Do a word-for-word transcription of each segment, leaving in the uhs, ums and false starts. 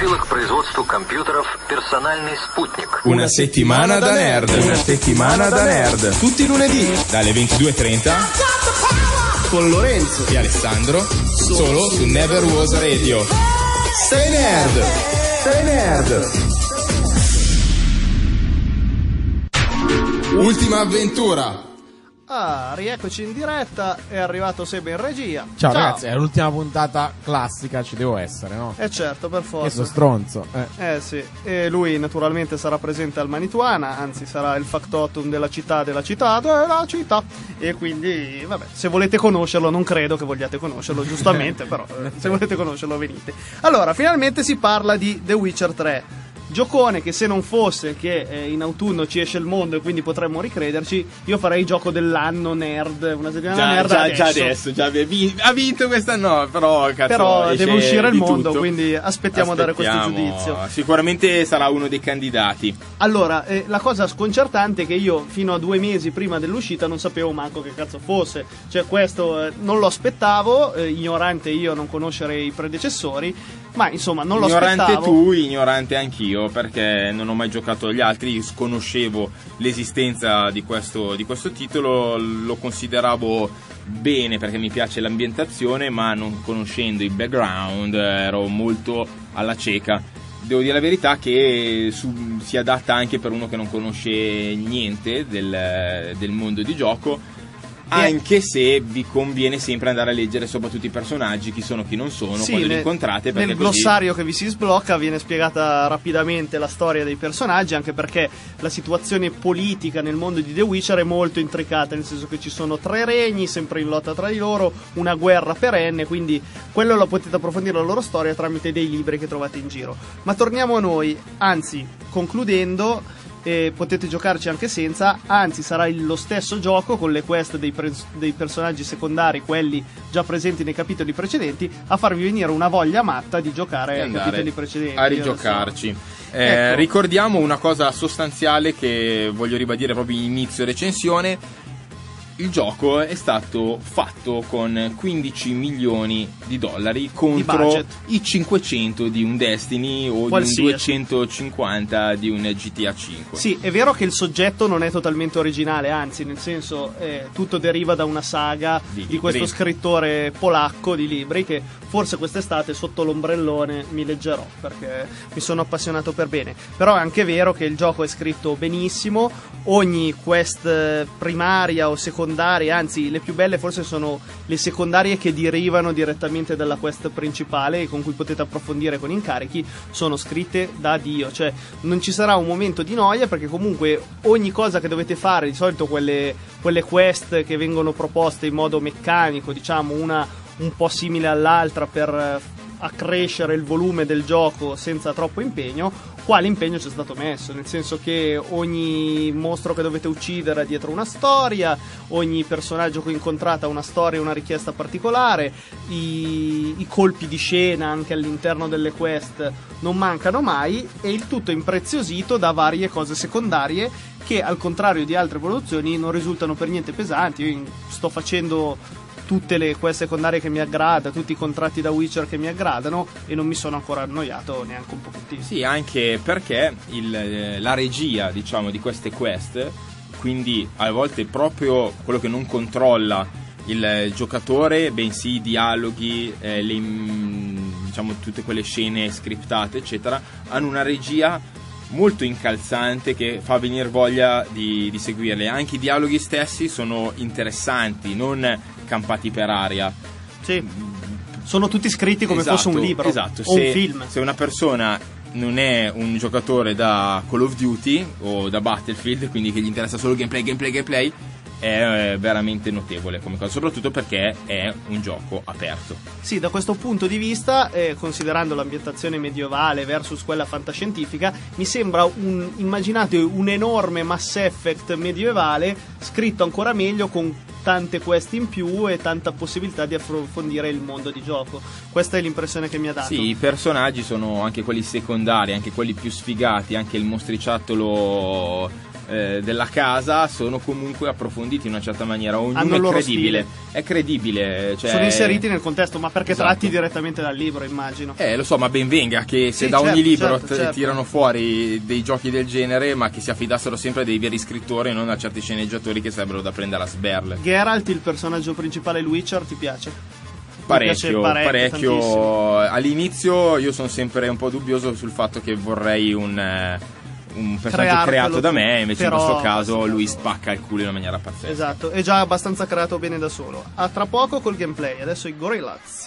приступила к производству компьютеров «Персональный спутник». Una settimana da nerd. Una settimana da nerd. Tutti i lunedì dalle ventidue e trenta con Lorenzo e Alessandro solo su Never Was Radio. Sei nerd. Sei nerd. Ultima avventura. Ah, rieccoci in diretta, è arrivato Sebe in regia. Ciao, Ciao ragazzi, è l'ultima puntata classica, ci devo essere, no? Eh certo, per forza. Io sono stronzo. Eh. eh sì, e lui naturalmente sarà presente al Manituana, anzi sarà il factotum della città della città della città. E quindi, vabbè, se volete conoscerlo, non credo che vogliate conoscerlo, giustamente, però eh, se volete conoscerlo venite. Allora, finalmente si parla di The Witcher tre. Giocone che se non fosse che eh, in autunno ci esce il mondo e quindi potremmo ricrederci, io farei gioco dell'anno nerd, una settimana già, nerd già adesso. Già adesso, già ha vinto quest'anno, però cazzo, però deve uscire il mondo, tutto. Quindi aspettiamo, aspettiamo a dare questo giudizio. Sicuramente sarà uno dei candidati. Allora, eh, la cosa sconcertante è che io fino a due mesi prima dell'uscita non sapevo manco che cazzo fosse. Cioè questo eh, non lo aspettavo, eh, ignorante io a non conoscere i predecessori, ma insomma non lo ignorante aspettavo. Ignorante tu, ignorante anch'io, perché non ho mai giocato agli altri, sconoscevo l'esistenza di questo, di questo titolo, lo consideravo bene perché mi piace l'ambientazione, ma non conoscendo il background ero molto alla cieca. Devo dire la verità che su, si adatta anche per uno che non conosce niente del, del mondo di gioco, anche se vi conviene sempre andare a leggere soprattutto i personaggi, chi sono, chi non sono, sì, quando ne, li incontrate, perché nel così... glossario che vi si sblocca viene spiegata rapidamente la storia dei personaggi, anche perché la situazione politica nel mondo di The Witcher è molto intricata, nel senso che ci sono tre regni sempre in lotta tra di loro, una guerra perenne, quindi quello lo potete approfondire la loro storia tramite dei libri che trovate in giro. Ma torniamo a noi, anzi, concludendo, e potete giocarci anche senza, anzi sarà lo stesso gioco con le quest dei, pre- dei personaggi secondari, quelli già presenti nei capitoli precedenti, a farvi venire una voglia matta di giocare ai capitoli precedenti, a rigiocarci. So. Eh, ecco. Ricordiamo una cosa sostanziale che voglio ribadire proprio in inizio recensione: il gioco è stato fatto con quindici milioni di dollari contro di i cinquecento di un Destiny o Qualsiasi. di un duecentocinquanta di un G T A cinque. Sì, è vero che il soggetto non è totalmente originale, anzi, nel senso eh, tutto deriva da una saga di, di questo scrittore polacco di libri che forse quest'estate sotto l'ombrellone mi leggerò, perché mi sono appassionato per bene. Però è anche vero che il gioco è scritto benissimo, ogni quest primaria o secondaria, anzi le più belle forse sono le secondarie che derivano direttamente dalla quest principale e con cui potete approfondire con incarichi, sono scritte da Dio, cioè non ci sarà un momento di noia, perché comunque ogni cosa che dovete fare, di solito quelle, quelle quest che vengono proposte in modo meccanico, diciamo una un po' simile all'altra per accrescere il volume del gioco senza troppo impegno, qua l'impegno c'è stato messo, nel senso che ogni mostro che dovete uccidere ha dietro una storia, ogni personaggio che incontrate ha una storia e una richiesta particolare, i, i colpi di scena anche all'interno delle quest non mancano mai, e il tutto impreziosito da varie cose secondarie che, al contrario di altre produzioni, non risultano per niente pesanti. Io sto facendo tutte le quest secondarie che mi aggrada, tutti i contratti da Witcher che mi aggradano, e non mi sono ancora annoiato neanche un pochettino. Sì, anche perché il, la regia, diciamo, di queste quest, quindi a volte proprio quello che non controlla il giocatore, bensì i dialoghi, eh, le, diciamo tutte quelle scene scriptate eccetera, hanno una regia molto incalzante che fa venire voglia di, di seguirle. Anche i dialoghi stessi sono interessanti, non campati per aria. Sì, sono tutti scritti come esatto, fosse un libro, esatto. o se, un film. Se una persona non è un giocatore da Call of Duty o da Battlefield, quindi che gli interessa solo gameplay, gameplay, gameplay, è veramente notevole come cosa, soprattutto perché è un gioco aperto. Sì, da questo punto di vista, eh, considerando l'ambientazione medievale versus quella fantascientifica, mi sembra un, immaginate un enorme Mass Effect medievale scritto ancora meglio, con tante quest in più e tanta possibilità di approfondire il mondo di gioco. Questa è l'impressione che mi ha dato. Sì, i personaggi sono anche quelli secondari, anche quelli più sfigati, anche il mostriciattolo eh, della casa sono comunque approfonditi in una certa maniera, ognuno Hanno è il loro credibile, stile. è credibile, cioè, sono inseriti nel contesto, ma perché esatto. tratti direttamente dal libro, immagino. Eh, lo so, ma ben venga che se Sì, da ogni certo, libro certo, t- certo. tirano fuori dei giochi del genere, ma che si affidassero sempre a dei veri scrittori e non a certi sceneggiatori che sarebbero da prendere a sberle. Geralt, il personaggio principale, il Witcher, ti piace? Parecchio, parecchio, parecchio. tantissimo. All'inizio io sono sempre un po' dubbioso sul fatto che vorrei un, eh, un personaggio Creartelo creato da tu. me, invece Però- in questo caso lui spacca il culo in una maniera pazzesca. Esatto, è già abbastanza creato bene da solo. A tra poco col gameplay, adesso i Gorillaz.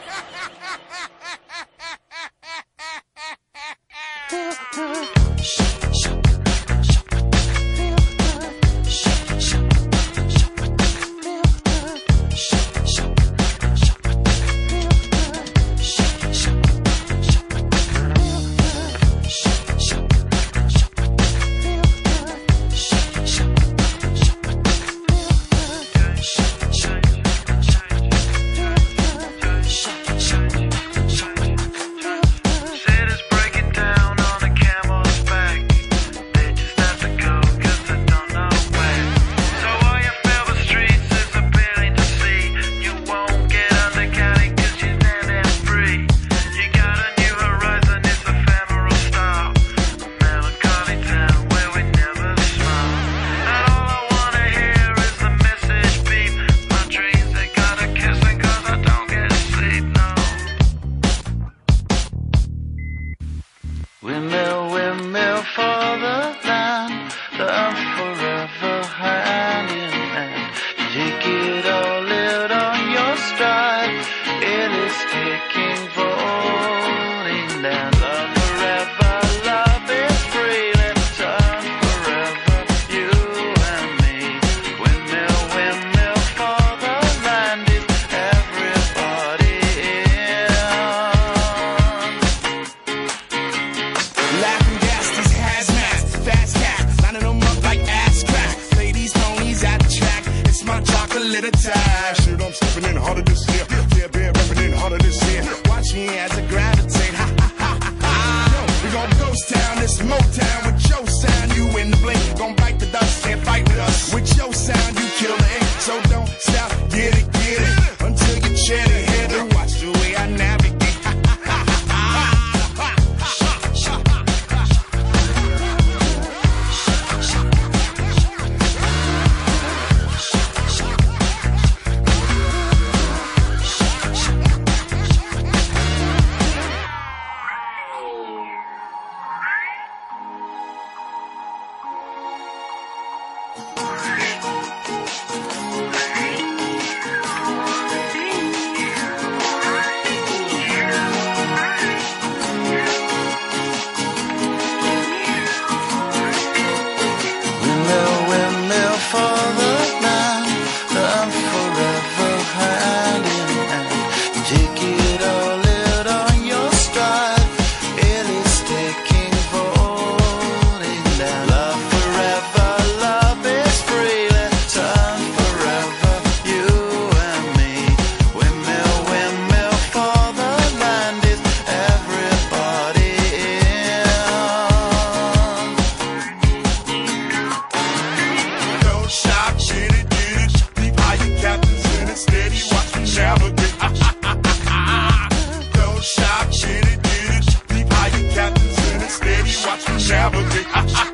Windmill, windmill for the land, love forever hand in hand. Take it all, live on your stride. It is taking voting land. Love forever, love is free. Let's turn forever, you and me. Windmill, windmill for the land. Is everybody in? Laughing gas, these hazmats, fast cats, lining them up like ass crack. Ladies, ponies at the track, it's my chocolate attack. Shit, I'm stepping in harder this year. Yeah, been repping in harder this year. Watch me as I gravitate. Ha ha ha ha ha. Yo, we gon' ghost town, this Motown with your sound. You in the blink, gon' bite the dust, can't fight with us. With your sound, you kill the ink, so don't stop, get it, get it, until you chat it, hit it. Watch the way I navigate. Ha ha ha ha ha. Windmill, windmill for the land, love forever hand in hand. Take it all, live on your stride. It is taking voting land. Love forever, love is free. Let's turn forever, you and me. Windmill, windmill for the land. Is everybody in? Don't stop, get it, get it. Deep higher captains in it, steady, watch me navigate. Don't stop, get it, get it. Deep higher captains in it, steady, watch me navigate.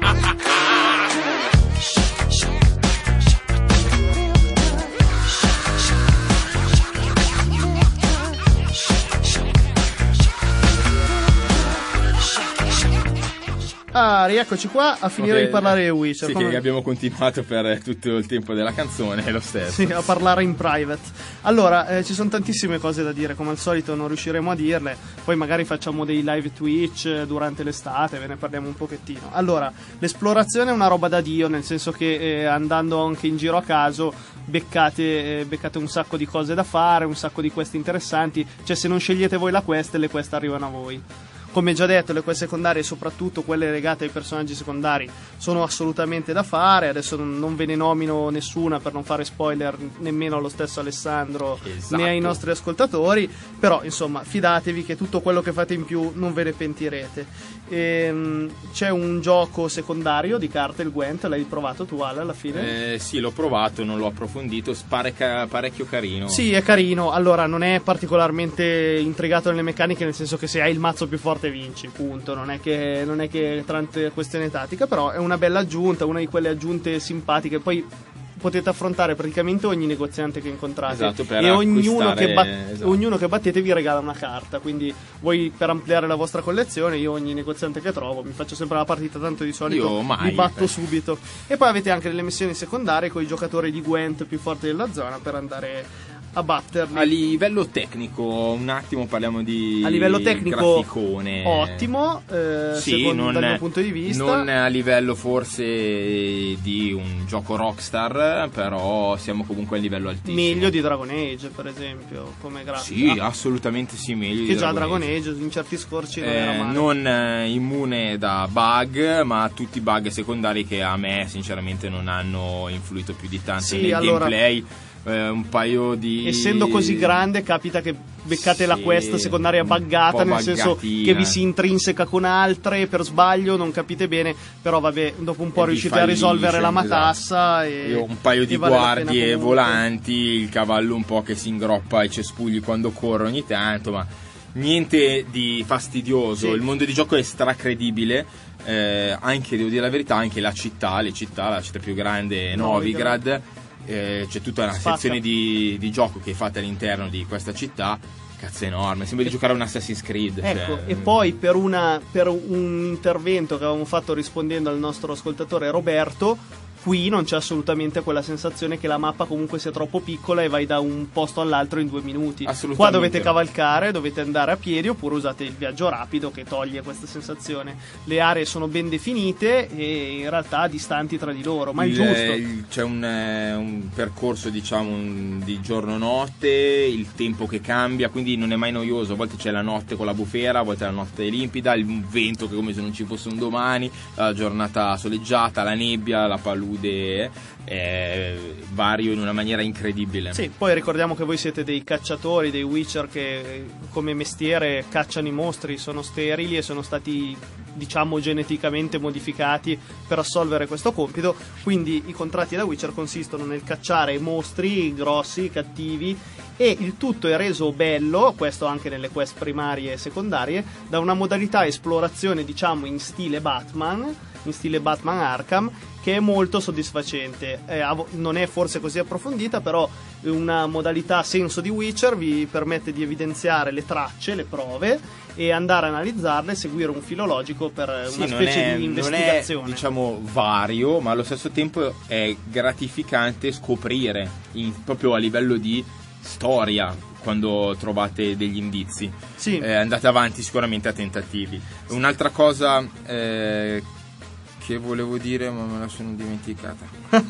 Ah, rieccoci qua a finire Ok, di parlare di Witcher. Sì, come- che abbiamo continuato per tutto il tempo della canzone, è lo stesso. Sì, a parlare in private. Allora, eh, ci sono tantissime cose da dire, come al solito non riusciremo a dirle, poi magari facciamo dei live Twitch eh, durante l'estate, ve ne parliamo un pochettino. Allora, l'esplorazione è una roba da Dio, nel senso che eh, andando anche in giro a caso beccate, eh, beccate un sacco di cose da fare, un sacco di quest interessanti, cioè se non scegliete voi la quest, le quest arrivano a voi. come già detto, le quest secondarie, soprattutto quelle legate ai personaggi secondari, sono assolutamente da fare. Adesso non, non ve ne nomino nessuna per non fare spoiler nemmeno allo stesso Alessandro, esatto, né ai nostri ascoltatori, però insomma fidatevi che tutto quello che fate in più non ve ne pentirete. Ehm, c'è un gioco secondario di carte, il Gwent, l'hai provato tu Ale alla fine? Eh, sì, l'ho provato, non l'ho approfondito, pare ca- parecchio carino. Sì, è carino. Allora, non è particolarmente intrigato nelle meccaniche, nel senso che se hai il mazzo più forte vinci, punto. Non è che non è che tante questioni tattiche, però è una bella aggiunta, una di quelle aggiunte simpatiche. Poi potete affrontare praticamente ogni negoziante che incontrate, esatto, per e ognuno che, bat- esatto. ognuno che battete vi regala una carta. Quindi voi, per ampliare la vostra collezione, io ogni negoziante che trovo mi faccio sempre la partita, tanto di solito Io mai, mi batto per... subito. E poi avete anche delle missioni secondarie con i giocatori di Gwent più forti della zona per andare a batterli. A livello tecnico, un attimo parliamo di a livello tecnico graficone. Ottimo, eh, sì, secondo, non, dal mio punto di vista. Non a livello forse di un gioco Rockstar, però siamo comunque a livello altissimo. Meglio di Dragon Age, per esempio, come grafica. Sì, assolutamente sì, meglio che di già Dragon, Dragon Age. Age in certi scorci non Eh, era male. non eh, immune da bug, ma tutti i bug secondari che a me sinceramente non hanno influito più di tanto Sì, nel allora, gameplay. Eh, un paio di... Essendo così grande capita che beccate sì, la quest secondaria buggata, nel senso che vi si intrinseca con altre per sbaglio, non capite bene, però vabbè, dopo un po' E riuscite vi a risolvere fallisce, la matassa, esatto. e Io un paio di e vale la pena guardie comunque. volanti, il cavallo un po' che si ingroppa ai cespugli quando corre ogni tanto, ma niente di fastidioso. Sì. Il mondo di gioco è stracredibile. Eh, anche, devo dire la verità, anche la città, le città, la città più grande è Novigrad. Novigrad. Eh, c'è tutta una Spacca. sezione di, di gioco che è fatta all'interno di questa città, cazzo, enorme, sembra di giocare a un Assassin's Creed. Ecco, cioè, e poi per, una, per un intervento che avevamo fatto rispondendo al nostro ascoltatore Roberto, qui non c'è assolutamente quella sensazione che la mappa comunque sia troppo piccola e vai da un posto all'altro in due minuti. Assolutamente. Qua dovete cavalcare, dovete andare a piedi, oppure usate il viaggio rapido che toglie questa sensazione. Le aree sono ben definite e in realtà distanti tra di loro, ma il, è giusto. il- c'è un, eh, un percorso, diciamo, un- di giorno-notte, il tempo che cambia, quindi non è mai noioso. A volte c'è la notte con la bufera, a volte la notte limpida, il vento che è come se non ci fosse un domani, la giornata soleggiata, la nebbia, la palude, è vario in una maniera incredibile. Sì, poi ricordiamo che voi siete dei cacciatori, dei Witcher che come mestiere cacciano i mostri, sono sterili e sono stati, diciamo, geneticamente modificati per assolvere questo compito, quindi i contratti da Witcher consistono nel cacciare mostri grossi, cattivi, e il tutto è reso bello, questo anche nelle quest primarie e secondarie, da una modalità esplorazione, diciamo, in stile Batman, in stile Batman Arkham, che è molto soddisfacente. Eh, non è forse così approfondita, però una modalità senso di Witcher vi permette di evidenziare le tracce, le prove, e andare a analizzarle, seguire un filo logico per Sì, una non specie è- di investigazione. Non è, diciamo, vario, ma allo stesso tempo è gratificante scoprire, in- proprio a livello di storia, quando trovate degli indizi. Sì. Eh, andate avanti sicuramente a tentativi. Un'altra cosa eh, che volevo dire, ma me la sono dimenticata.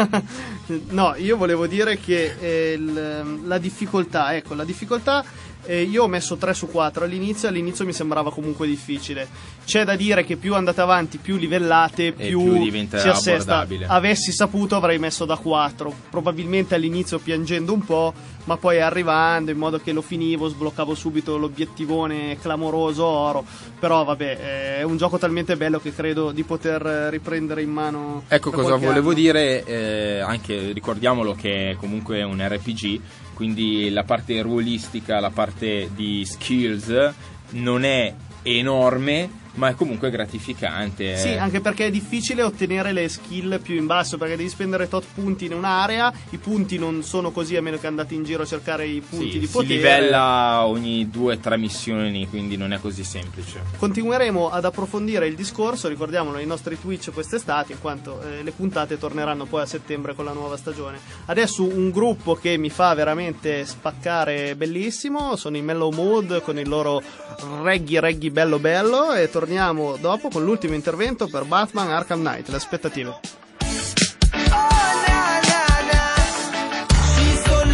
No, io volevo dire che eh, il- la difficoltà, ecco, la difficoltà, eh, io ho messo tre su quattro all'inizio, all'inizio mi sembrava comunque difficile. C'è da dire che più andate avanti, più livellate, più, più diventa si assesta. abbordabile. Avessi saputo avrei messo da quattro, probabilmente all'inizio piangendo un po', ma poi arrivando in modo che lo finivo, sbloccavo subito l'obiettivone clamoroso oro. Però vabbè, eh, è un gioco talmente bello che credo di poter eh, riprendere in mano. Ecco per cosa qualche volevo anno. dire, eh, anche ricordiamolo che è comunque un R P G, quindi la parte ruolistica, la parte di skills non è enorme, ma è comunque gratificante. Sì, anche perché è difficile ottenere le skill più in basso, perché devi spendere tot punti in un'area, i punti non sono così a meno che andate in giro a cercare i punti Sì, di si potere. livella ogni due o tre missioni, quindi non è così semplice. Continueremo ad approfondire il discorso, ricordiamolo, ai nostri Twitch quest'estate, in quanto eh, le puntate torneranno poi a settembre con la nuova stagione. Adesso un gruppo che mi fa veramente spaccare bellissimo, sono i Mellow Mood con il loro reggae reggae bello bello, e torniamo dopo con l'ultimo intervento per Batman Arkham Knight, le aspettative. She's so nice and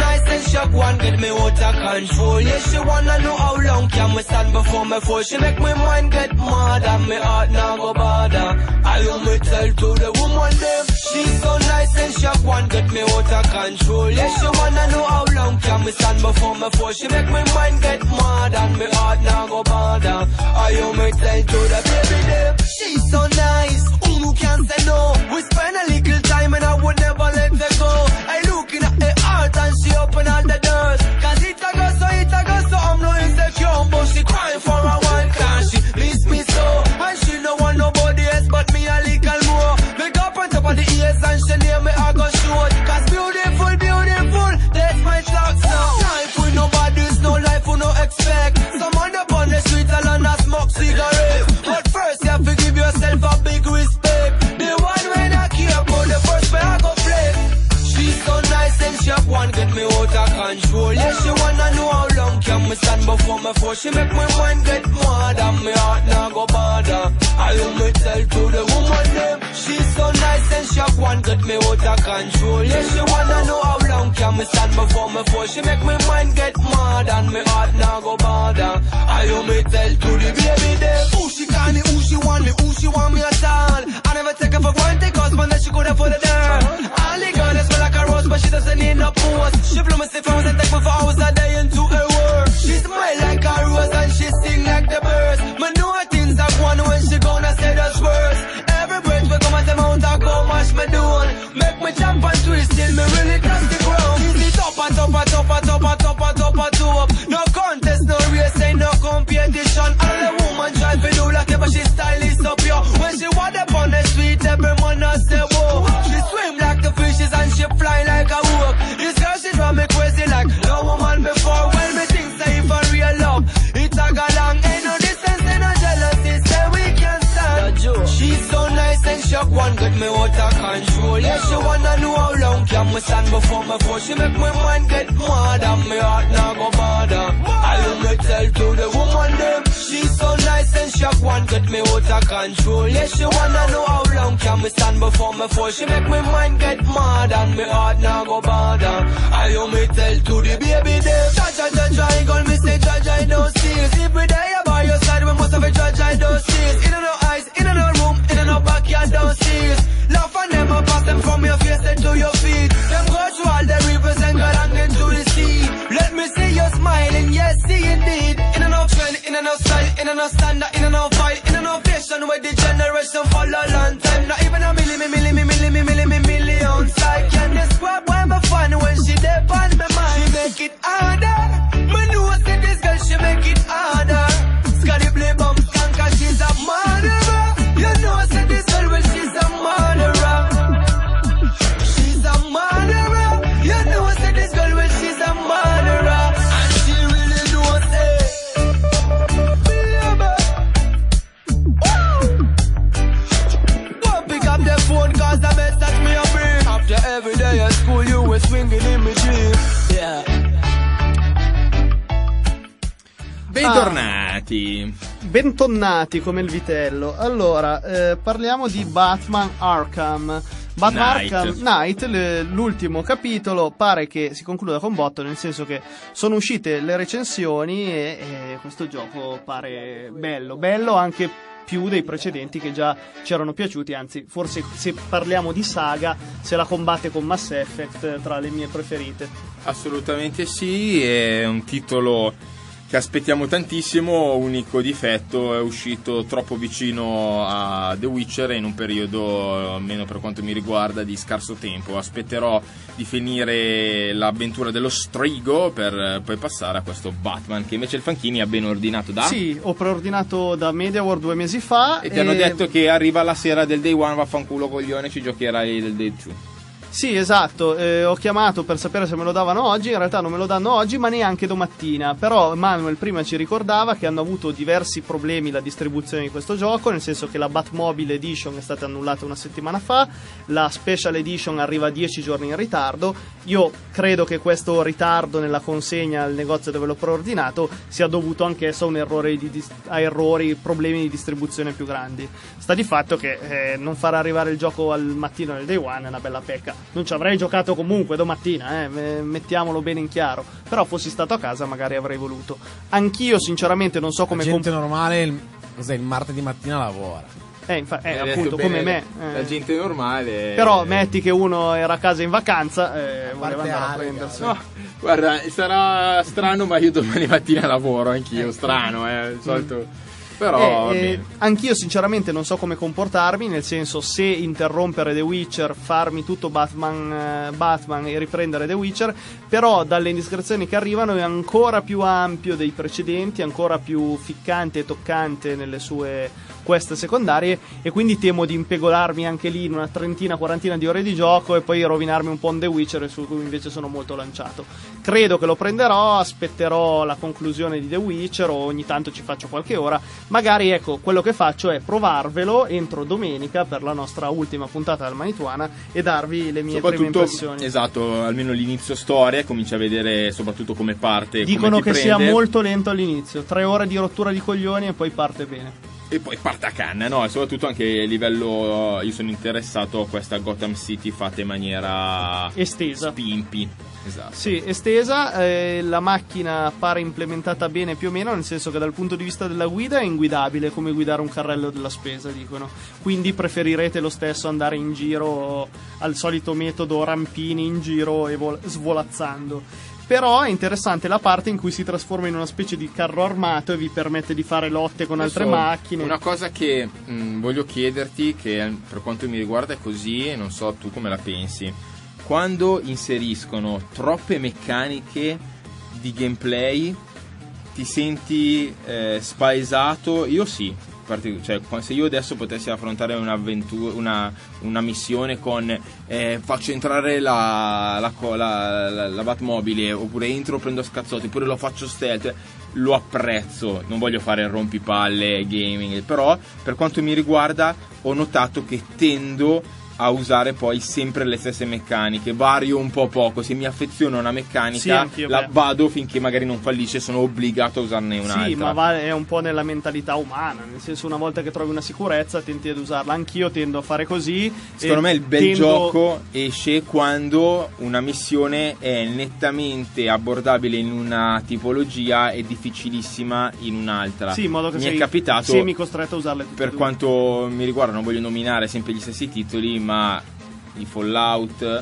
shock one get me out of control. Yeah, she wanna know how long can me stand before me fall. She make my mind get mad and me heart now go bother. I owe me tell to the woman them. She's so nice and shock one get me out of control. Yeah, she wanna know how long can me stand before me fall. She make my mind get mad and me heart now go bother. I owe me tell to the baby them. She's so nice, who can say no? We spend a little time and I would never let her go. I looking at her heart and she open all the doors. Cause it a go so, it a go so, I'm no insecure. But she crying for a while cause she miss me so. And she no want nobody else but me a little more. Make up on top of the ears and she near me I go shoot. Cause beautiful, beautiful, that's my talk now. Life with nobody's no life we no expect. Someone up on the street alone a smoke cigarette. But first you have to give yourself a big respect. The one when I care about the first way I go play. She's so nice and sharp, one get me out of control. Yeah, she wanna know how long can me stand before me fall. She make my mind get mad and my heart now go bother. I owe me tell to the woman them. She's so nice and sharp, one get me out of control. Yeah, she wanna know how long can me stand before me fall. She make my mind get mad and my heart now go bother. I owe me tell to the baby them. Who she call me, who she want me, who she want me at all. I never take her for granted cause man that she could have put it down. All the girls smell like a rose but she doesn't need no pose. She blew me stiff and take me for hours a day into her world. She smell like a rose and she sing like the birds. Man know things are one when she gonna say those words. Every breath will come at the mouth and go mash me down. Make me jump and twist till me really touch the ground. Is it up and top and top and top and top and top and top. No contest, no race, ain't no competition. All the woman try to do like it but she style is up yo. When she walk up on the street every man a say whoa. She swim like the fishes and she fly like a hawk. This girl she drive me crazy like no woman before. Well me think say for real love it a go long. Ain't no distance, ain't no jealousy, say we can stand. She's so nice and shock one get me out of control. Yeah, she wanna know how long can me stand before me fall. She make my mind get mad and my heart now go bother. I will me tell to the woman them. She's so nice and shock one get me out of control. Yeah, she wanna know how long can me stand before me fall. She make my mind get mad and my heart now go bother. I will me tell to the baby them. Cha cha cha cha, girl me say cha cha I don't see it. Every day you by your side we must have a judge I don't see it. In no eyes, in no room, in no backyard don't see it. Laugh and them up pass them from your face and to your feet. Them go through all the rivers and go down into the sea. Let me see you smiling, yes see indeed. In no trend, in no style, in no standard, in no fight, in no fashion where the generation follow long time. Not even a milli, milli, milli, milli, milli, milli, milli, millions. I can describe why I'm fun when she dip on my mind. She make it harder. Me know say this girl she make it harder. Scotty play bum skunk cause she's a murderer. You know say this girl well she's a murderer. She's a murderer. You know say this girl well she's a murderer. And she really knows it. Go pick up the phone cause the best that me a bring. After every day at school you were swinging in my dream. Yeah. Bentornati. Bentornati come il vitello. Allora, eh, parliamo di Batman Arkham. Batman Knight. Arkham Knight, le- l'ultimo capitolo, pare che si concluda con botto, nel senso che sono uscite le recensioni e, e questo gioco pare bello, bello anche più dei precedenti che già ci erano piaciuti, anzi forse se parliamo di saga se la combatte con Mass Effect, tra le mie preferite. Assolutamente sì, è un titolo che aspettiamo tantissimo. Unico difetto, è uscito troppo vicino a The Witcher in un periodo, almeno per quanto mi riguarda, di scarso tempo. Aspetterò di finire l'avventura dello strigo per poi passare a questo Batman, che invece il Fanchini ha ben ordinato da... Sì, ho preordinato da MediaWorld due mesi fa E ti hanno detto che arriva la sera del day one, vaffanculo coglione, ci giocherai del day two. Sì, esatto, eh, ho chiamato per sapere se me lo davano oggi, in realtà non me lo danno oggi ma neanche domattina, però Manuel prima ci ricordava che hanno avuto diversi problemi la distribuzione di questo gioco, nel senso che la Batmobile Edition è stata annullata una settimana fa, la Special Edition arriva dieci giorni in ritardo. Io credo che questo ritardo nella consegna al negozio dove l'ho preordinato sia dovuto anch'esso a un errore di dis- a errori, problemi di distribuzione più grandi. Sta di fatto che eh, non far arrivare il gioco al mattino del day one è una bella pecca. non ci avrei giocato comunque domattina, eh, mettiamolo bene in chiaro, però fossi stato a casa magari avrei voluto. Anch'io sinceramente non so come... La gente comp- normale il, cos'è, il martedì mattina lavora. Eh, infa- eh, appunto, come me. Eh. La gente normale. Però metti che uno era a casa in vacanza e eh, voleva andare a prendersi. No, guarda, sarà strano, ma io domani mattina lavoro anch'io. Strano, eh. Il solito. Però. Eh, eh, anch'io, sinceramente, non so come comportarmi. Nel senso, se interrompere The Witcher, farmi tutto Batman, eh, Batman e riprendere The Witcher. Però, dalle indiscrezioni che arrivano, è ancora più ampio dei precedenti, ancora più ficcante e toccante nelle sue quest secondarie, e quindi temo di impegolarmi anche lì in una trentina, quarantina di ore di gioco e poi rovinarmi un po' in The Witcher, su cui invece sono molto lanciato. Credo che lo prenderò, aspetterò la conclusione di The Witcher o ogni tanto ci faccio qualche ora. Magari, ecco, quello che faccio è provarvelo entro domenica per la nostra ultima puntata del Manituana e darvi le mie prime impressioni. Esatto, almeno l'inizio storia, cominci a vedere soprattutto come parte. Dicono come ti che prende. sia molto lento all'inizio, tre ore di rottura di coglioni e poi parte bene. E poi parte a canna, no? E soprattutto anche a livello. Io sono interessato a questa Gotham City fatta in maniera estesa. Spimpi. Esatto. Sì, estesa. Eh, la macchina pare implementata bene più o meno, nel senso che dal punto di vista della guida è inguidabile, come guidare un carrello della spesa, dicono. Quindi preferirete lo stesso andare in giro al solito metodo rampini in giro e vol- svolazzando. Però è interessante la parte in cui si trasforma in una specie di carro armato e vi permette di fare lotte con altre Adesso, macchine. Una cosa che mh, voglio chiederti, che per quanto mi riguarda è così, e non so tu come la pensi. Quando inseriscono troppe meccaniche di gameplay, ti senti eh, spaesato? Io sì. Cioè, se io adesso potessi affrontare un'avventura, una, una missione con eh, faccio entrare la, la, la, la, la Batmobile, oppure entro, prendo scazzotti, oppure lo faccio stealth, lo apprezzo. Non voglio fare rompipalle gaming, però per quanto mi riguarda ho notato che tendo a usare poi sempre le stesse meccaniche, vario un po' poco. Se mi affeziono a una meccanica, sì, la beh. vado finché magari non fallisce, sono obbligato a usarne un'altra. Sì, ma va, è un po' nella mentalità umana, nel senso, una volta che trovi una sicurezza tenti ad usarla. Anch'io tendo a fare così. Secondo me il bel tendo... gioco esce quando una missione è nettamente abbordabile in una tipologia e difficilissima in un'altra. Sì, in modo che mi sei è capitato, semi costretto a usarle tutte. Per quanto mi riguarda, non voglio nominare sempre gli stessi titoli, ma i Fallout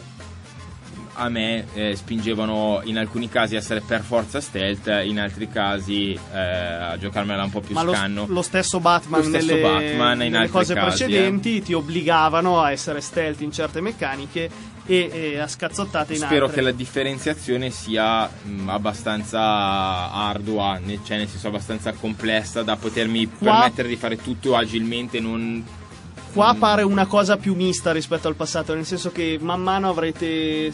a me eh, spingevano in alcuni casi a essere per forza stealth, in altri casi eh, a giocarmela un po' più ma scanno. Lo, lo stesso Batman, lo stesso nelle, Batman in nelle cose casi, precedenti eh. ti obbligavano a essere stealth in certe meccaniche e, e a scazzottate in Spero altre. Spero che la differenziazione sia mh, abbastanza ardua, cioè nel senso abbastanza complessa da potermi Qua... permettere di fare tutto agilmente, non... Qua pare una cosa più mista rispetto al passato, nel senso che man mano avrete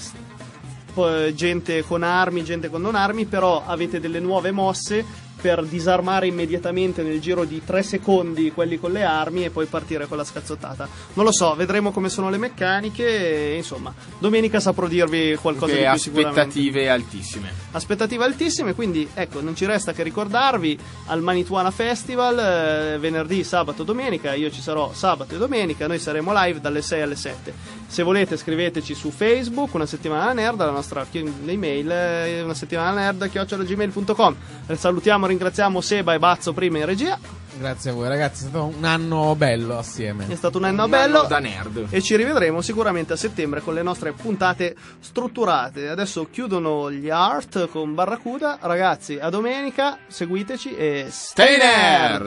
gente con armi, gente con non armi, però avete delle nuove mosse per disarmare immediatamente nel giro di tre secondi quelli con le armi e poi partire con la scazzottata. Non lo so, vedremo come sono le meccaniche e, insomma, domenica saprò dirvi qualcosa che di più sicuramente. Aspettative altissime. Aspettative altissime, quindi ecco, non ci resta che ricordarvi al Manituana Festival eh, venerdì, sabato, domenica. Io ci sarò sabato e domenica, noi saremo live dalle sei alle sette. Se volete scriveteci su Facebook, Una Settimana Nerd, la nostra email è una settimana nerd chiocciola gmail punto com. Salutiamo, ringraziamo Seba e Bazzo prima in regia. Grazie a voi ragazzi, è stato un anno bello assieme. È stato un anno un bello anno da nerd. E ci rivedremo sicuramente a settembre con le nostre puntate strutturate. Adesso chiudono gli art con Barracuda. Ragazzi, a domenica, seguiteci e stay nerd!